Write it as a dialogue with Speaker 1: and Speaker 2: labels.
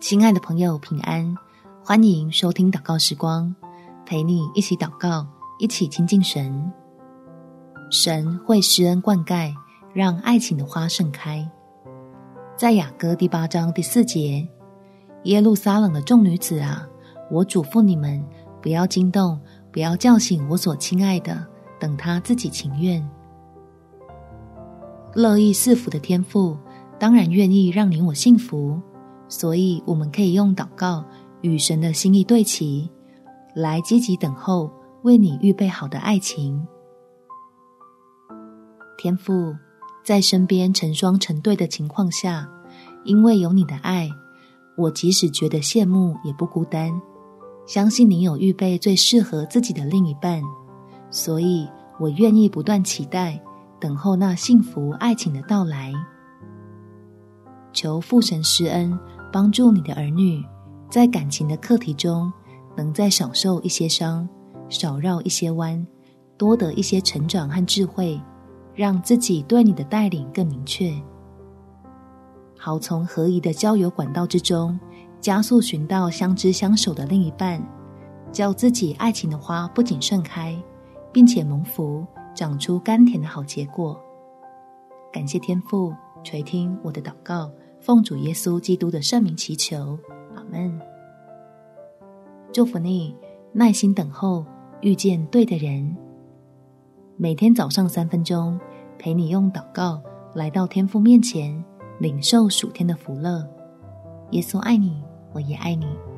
Speaker 1: 亲爱的朋友，平安，欢迎收听祷告时光，陪你一起祷告，一起亲近神。神会施恩灌溉，让爱情的花盛开。在雅歌第8章第4节，耶路撒冷的众女子啊，我嘱咐你们，不要惊动，不要叫醒我所亲爱的，等他自己情愿。乐意赐福的天父，当然愿意让你我幸福，所以我们可以用祷告与神的心意对齐，来积极等候为你预备好的爱情。天父，在身边成双成对的情况下，因为有你的爱，我即使觉得羡慕也不孤单，相信你有预备最适合自己的另一半，所以我愿意不断期待等候那幸福爱情的到来。求父神施恩，帮助你的儿女在感情的课题中，能再少受一些伤，少绕一些弯，多得一些成长和智慧，让自己对你的带领更明确，好从合宜的交友管道之中加速寻到相知相守的另一半，叫自己爱情的花不仅盛开，并且蒙福长出甘甜的好结果。感谢天父垂听我的祷告，奉主耶稣基督的圣名祈求，阿们。祝福你耐心等候，遇见对的人。每天早上3分钟，陪你用祷告来到天父面前，领受属天的福乐。耶稣爱你，我也爱你。